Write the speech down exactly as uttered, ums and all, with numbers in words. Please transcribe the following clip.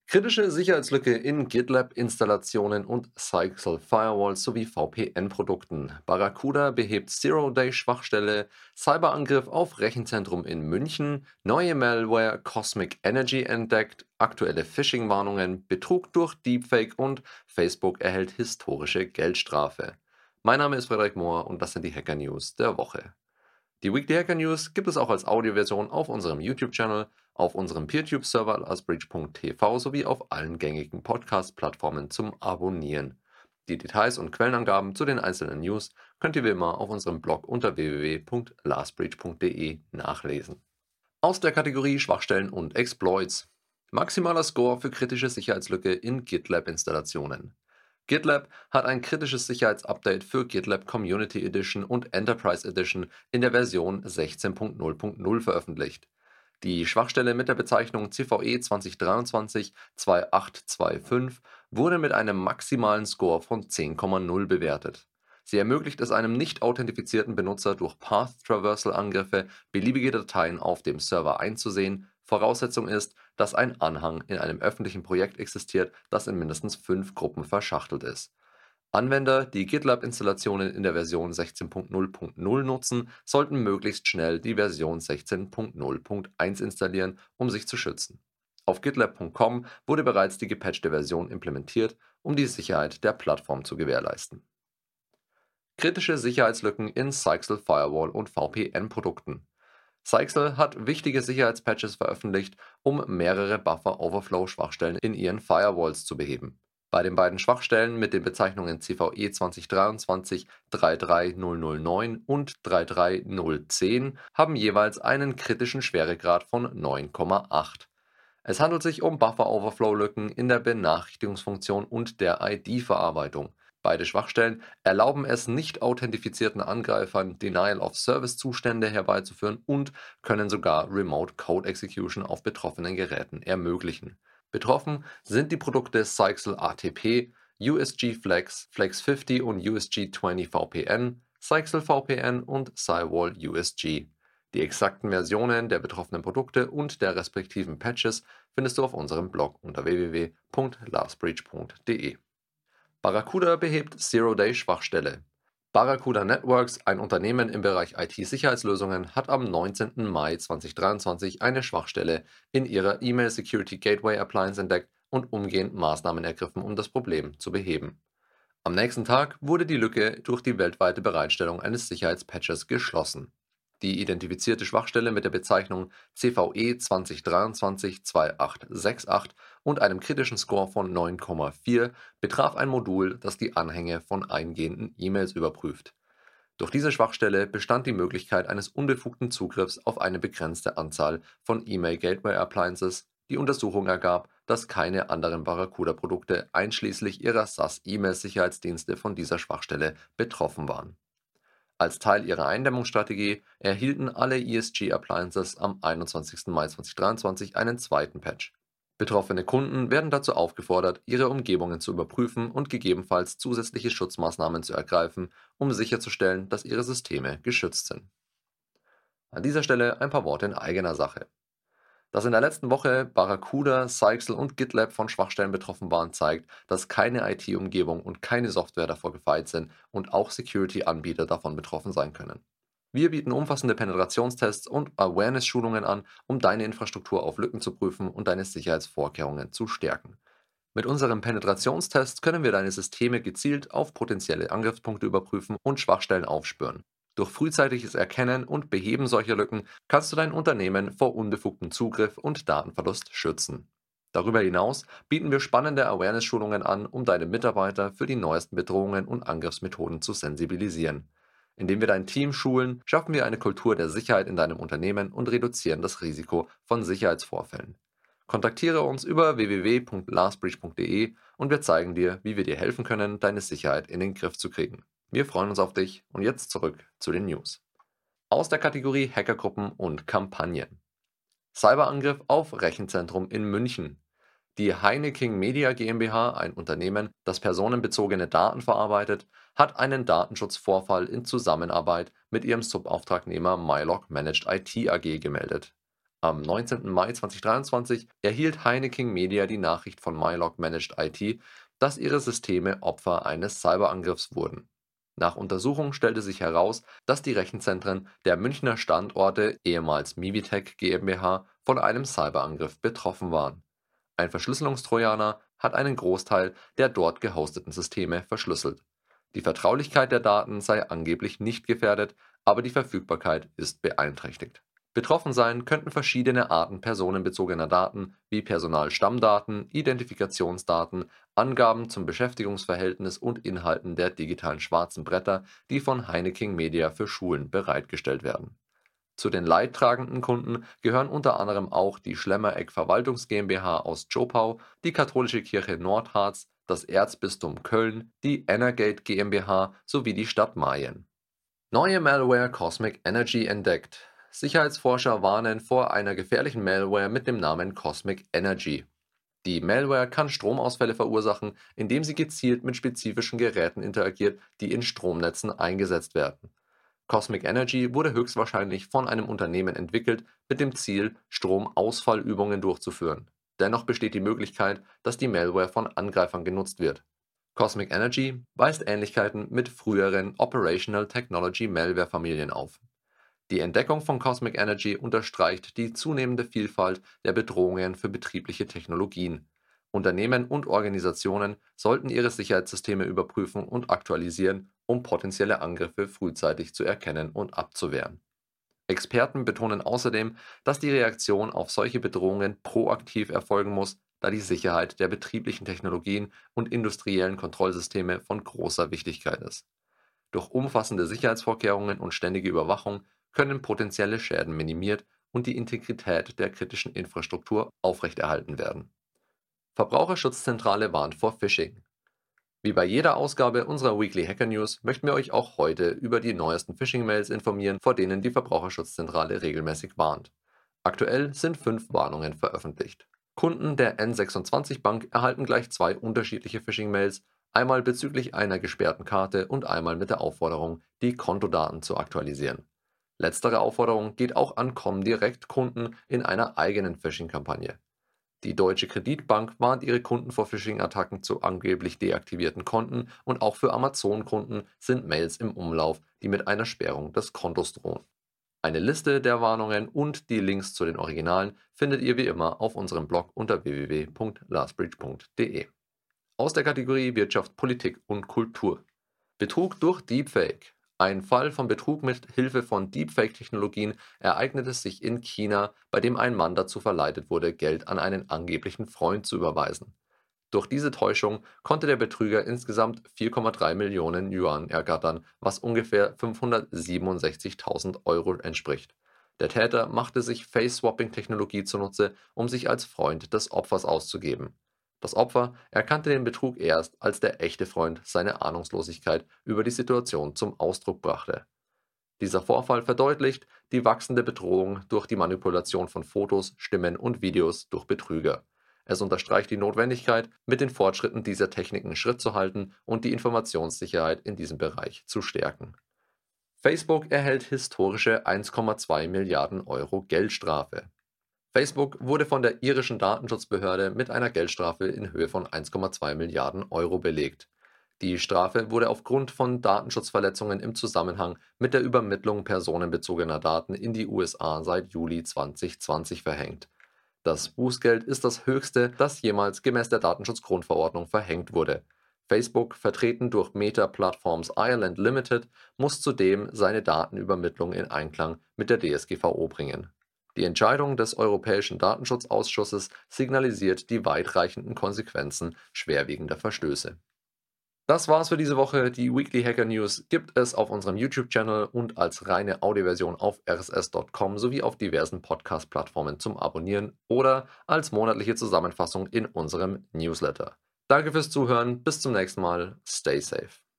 Kritische Sicherheitslücke in GitLab-Installationen und Cyxel Firewalls sowie V P N-Produkten. Barracuda behebt Zero-Day-Schwachstelle, Cyberangriff auf Rechenzentrum in München, neue Malware Cosmic Energy entdeckt, aktuelle Phishing-Warnungen, Betrug durch Deepfake und Facebook erhält historische Geldstrafe. Mein Name ist Frederik Mohr und das sind die Hacker News der Woche. Die Weekly Hacker News gibt es auch als Audioversion auf unserem YouTube-Channel, auf unserem PeerTube-Server lastbridge punkt t v sowie auf allen gängigen Podcast-Plattformen zum Abonnieren. Die Details und Quellenangaben zu den einzelnen News könnt ihr wie immer auf unserem Blog unter w w w punkt lastbridge punkt d e nachlesen. Aus der Kategorie Schwachstellen und Exploits. Maximaler Score für kritische Sicherheitslücke in GitLab-Installationen. GitLab hat ein kritisches Sicherheitsupdate für GitLab Community Edition und Enterprise Edition in der Version sechzehn Punkt null Punkt null veröffentlicht. Die Schwachstelle mit der Bezeichnung C V E zwanzig dreiundzwanzig achtundzwanzig wurde mit einem maximalen Score von zehn Komma null bewertet. Sie ermöglicht es einem nicht authentifizierten Benutzer durch Path Traversal Angriffe beliebige Dateien auf dem Server einzusehen. Voraussetzung ist, dass ein Anhang in einem öffentlichen Projekt existiert, das in mindestens fünf Gruppen verschachtelt ist. Anwender, die GitLab-Installationen in der Version sechzehn Punkt null Punkt null nutzen, sollten möglichst schnell die Version sechzehn Punkt null Punkt eins installieren, um sich zu schützen. Auf gitlab Punkt com wurde bereits die gepatchte Version implementiert, um die Sicherheit der Plattform zu gewährleisten. Kritische Sicherheitslücken in Cyxel Firewall und V P N-Produkten. Cyxel hat wichtige Sicherheitspatches veröffentlicht, um mehrere Buffer-Overflow-Schwachstellen in ihren Firewalls zu beheben. Bei den beiden Schwachstellen mit den Bezeichnungen C V E zwanzig dreiundzwanzig dreiunddreißig null null neun und dreiunddreißig null zehn haben jeweils einen kritischen Schweregrad von neun Komma acht. Es handelt sich um Buffer-Overflow-Lücken in der Benachrichtigungsfunktion und der I D-Verarbeitung. Beide Schwachstellen erlauben es nicht authentifizierten Angreifern, Denial-of-Service-Zustände herbeizuführen und können sogar Remote Code Execution auf betroffenen Geräten ermöglichen. Betroffen sind die Produkte Cyxel A T P, U S G Flex, Flex fünfzig und U S G zwanzig V P N, Cyxel V P N und Cywall U S G. Die exakten Versionen der betroffenen Produkte und der respektiven Patches findest du auf unserem Blog unter w w w punkt lastbridge punkt d e. Barracuda behebt Zero-Day-Schwachstelle. Barracuda Networks, ein Unternehmen im Bereich I T-Sicherheitslösungen, hat am neunzehnten Mai zweitausenddreiundzwanzig eine Schwachstelle in ihrer E-Mail Security Gateway Appliance entdeckt und umgehend Maßnahmen ergriffen, um das Problem zu beheben. Am nächsten Tag wurde die Lücke durch die weltweite Bereitstellung eines Sicherheitspatches geschlossen. Die identifizierte Schwachstelle mit der Bezeichnung C V E zwanzig dreiundzwanzig achtundzwanzig und einem kritischen Score von neun Komma vier betraf ein Modul, das die Anhänge von eingehenden E-Mails überprüft. Durch diese Schwachstelle bestand die Möglichkeit eines unbefugten Zugriffs auf eine begrenzte Anzahl von E-Mail Gateway Appliances. Die Untersuchung ergab, dass keine anderen Barracuda-Produkte einschließlich ihrer SaaS-E-Mail-Sicherheitsdienste von dieser Schwachstelle betroffen waren. Als Teil ihrer Eindämmungsstrategie erhielten alle E S G-Appliances am einundzwanzigsten Mai zweitausenddreiundzwanzig einen zweiten Patch. Betroffene Kunden werden dazu aufgefordert, ihre Umgebungen zu überprüfen und gegebenenfalls zusätzliche Schutzmaßnahmen zu ergreifen, um sicherzustellen, dass ihre Systeme geschützt sind. An dieser Stelle ein paar Worte in eigener Sache. Dass in der letzten Woche Barracuda, Cyxel und GitLab von Schwachstellen betroffen waren, zeigt, dass keine I T-Umgebung und keine Software davor gefeit sind und auch Security-Anbieter davon betroffen sein können. Wir bieten umfassende Penetrationstests und Awareness-Schulungen an, um deine Infrastruktur auf Lücken zu prüfen und deine Sicherheitsvorkehrungen zu stärken. Mit unseren Penetrationstests können wir deine Systeme gezielt auf potenzielle Angriffspunkte überprüfen und Schwachstellen aufspüren. Durch frühzeitiges Erkennen und Beheben solcher Lücken kannst du dein Unternehmen vor unbefugtem Zugriff und Datenverlust schützen. Darüber hinaus bieten wir spannende Awareness-Schulungen an, um deine Mitarbeiter für die neuesten Bedrohungen und Angriffsmethoden zu sensibilisieren. Indem wir dein Team schulen, schaffen wir eine Kultur der Sicherheit in deinem Unternehmen und reduzieren das Risiko von Sicherheitsvorfällen. Kontaktiere uns über w w w punkt lastbridge punkt d e und wir zeigen dir, wie wir dir helfen können, deine Sicherheit in den Griff zu kriegen. Wir freuen uns auf dich und jetzt zurück zu den News. Aus der Kategorie Hackergruppen und Kampagnen. Cyberangriff auf Rechenzentrum in München. Die Heineken Media GmbH, ein Unternehmen, das personenbezogene Daten verarbeitet, hat einen Datenschutzvorfall in Zusammenarbeit mit ihrem Subauftragnehmer Mylog Managed I T A G gemeldet. Am neunzehnten Mai zweitausenddreiundzwanzig erhielt Heineken Media die Nachricht von Mylog Managed I T, dass ihre Systeme Opfer eines Cyberangriffs wurden. Nach Untersuchung stellte sich heraus, dass die Rechenzentren der Münchner Standorte, ehemals Mivitec GmbH, von einem Cyberangriff betroffen waren. Ein Verschlüsselungstrojaner hat einen Großteil der dort gehosteten Systeme verschlüsselt. Die Vertraulichkeit der Daten sei angeblich nicht gefährdet, aber die Verfügbarkeit ist beeinträchtigt. Betroffen sein könnten verschiedene Arten personenbezogener Daten wie Personalstammdaten, Identifikationsdaten, Angaben zum Beschäftigungsverhältnis und Inhalten der digitalen schwarzen Bretter, die von Heineken Media für Schulen bereitgestellt werden. Zu den leidtragenden Kunden gehören unter anderem auch die Schlemmereck Verwaltungs GmbH aus Zschopau, die Katholische Kirche Nordharz, das Erzbistum Köln, die Energate GmbH sowie die Stadt Mayen. Neue Malware Cosmic Energy entdeckt. Sicherheitsforscher warnen vor einer gefährlichen Malware mit dem Namen Cosmic Energy. Die Malware kann Stromausfälle verursachen, indem sie gezielt mit spezifischen Geräten interagiert, die in Stromnetzen eingesetzt werden. Cosmic Energy wurde höchstwahrscheinlich von einem Unternehmen entwickelt, mit dem Ziel, Stromausfallübungen durchzuführen. Dennoch besteht die Möglichkeit, dass die Malware von Angreifern genutzt wird. Cosmic Energy weist Ähnlichkeiten mit früheren Operational Technology Malware-Familien auf. Die Entdeckung von Cosmic Energy unterstreicht die zunehmende Vielfalt der Bedrohungen für betriebliche Technologien. Unternehmen und Organisationen sollten ihre Sicherheitssysteme überprüfen und aktualisieren, um potenzielle Angriffe frühzeitig zu erkennen und abzuwehren. Experten betonen außerdem, dass die Reaktion auf solche Bedrohungen proaktiv erfolgen muss, da die Sicherheit der betrieblichen Technologien und industriellen Kontrollsysteme von großer Wichtigkeit ist. Durch umfassende Sicherheitsvorkehrungen und ständige Überwachung können potenzielle Schäden minimiert und die Integrität der kritischen Infrastruktur aufrechterhalten werden. Verbraucherschutzzentrale warnt vor Phishing. Wie bei jeder Ausgabe unserer Weekly Hacker News möchten wir euch auch heute über die neuesten Phishing-Mails informieren, vor denen die Verbraucherschutzzentrale regelmäßig warnt. Aktuell sind fünf Warnungen veröffentlicht. Kunden der N sechsundzwanzig Bank erhalten gleich zwei unterschiedliche Phishing-Mails, einmal bezüglich einer gesperrten Karte und einmal mit der Aufforderung, die Kontodaten zu aktualisieren. Letztere Aufforderung geht auch an Comdirect-Kunden in einer eigenen Phishing-Kampagne. Die Deutsche Kreditbank warnt ihre Kunden vor Phishing-Attacken zu angeblich deaktivierten Konten und auch für Amazon-Kunden sind Mails im Umlauf, die mit einer Sperrung des Kontos drohen. Eine Liste der Warnungen und die Links zu den Originalen findet ihr wie immer auf unserem Blog unter w w w punkt lastbridge punkt d e. Aus der Kategorie Wirtschaft, Politik und Kultur. Betrug durch Deepfake. Ein Fall von Betrug mit Hilfe von Deepfake-Technologien ereignete sich in China, bei dem ein Mann dazu verleitet wurde, Geld an einen angeblichen Freund zu überweisen. Durch diese Täuschung konnte der Betrüger insgesamt vier Komma drei Millionen Yuan ergattern, was ungefähr fünfhundertsiebenundsechzigtausend Euro entspricht. Der Täter machte sich Face-Swapping-Technologie zunutze, um sich als Freund des Opfers auszugeben. Das Opfer erkannte den Betrug erst, als der echte Freund seine Ahnungslosigkeit über die Situation zum Ausdruck brachte. Dieser Vorfall verdeutlicht die wachsende Bedrohung durch die Manipulation von Fotos, Stimmen und Videos durch Betrüger. Es unterstreicht die Notwendigkeit, mit den Fortschritten dieser Techniken Schritt zu halten und die Informationssicherheit in diesem Bereich zu stärken. Facebook erhält historische eins Komma zwei Milliarden Euro Geldstrafe. Facebook wurde von der irischen Datenschutzbehörde mit einer Geldstrafe in Höhe von eins Komma zwei Milliarden Euro belegt. Die Strafe wurde aufgrund von Datenschutzverletzungen im Zusammenhang mit der Übermittlung personenbezogener Daten in die U S A seit Juli zweitausendzwanzig verhängt. Das Bußgeld ist das höchste, das jemals gemäß der Datenschutzgrundverordnung verhängt wurde. Facebook, vertreten durch Meta Platforms Ireland Limited, muss zudem seine Datenübermittlung in Einklang mit der D S G V O bringen. Die Entscheidung des Europäischen Datenschutzausschusses signalisiert die weitreichenden Konsequenzen schwerwiegender Verstöße. Das war's für diese Woche. Die Weekly Hacker News gibt es auf unserem YouTube-Channel und als reine Audioversion auf r s s punkt com sowie auf diversen Podcast-Plattformen zum Abonnieren oder als monatliche Zusammenfassung in unserem Newsletter. Danke fürs Zuhören, bis zum nächsten Mal, stay safe.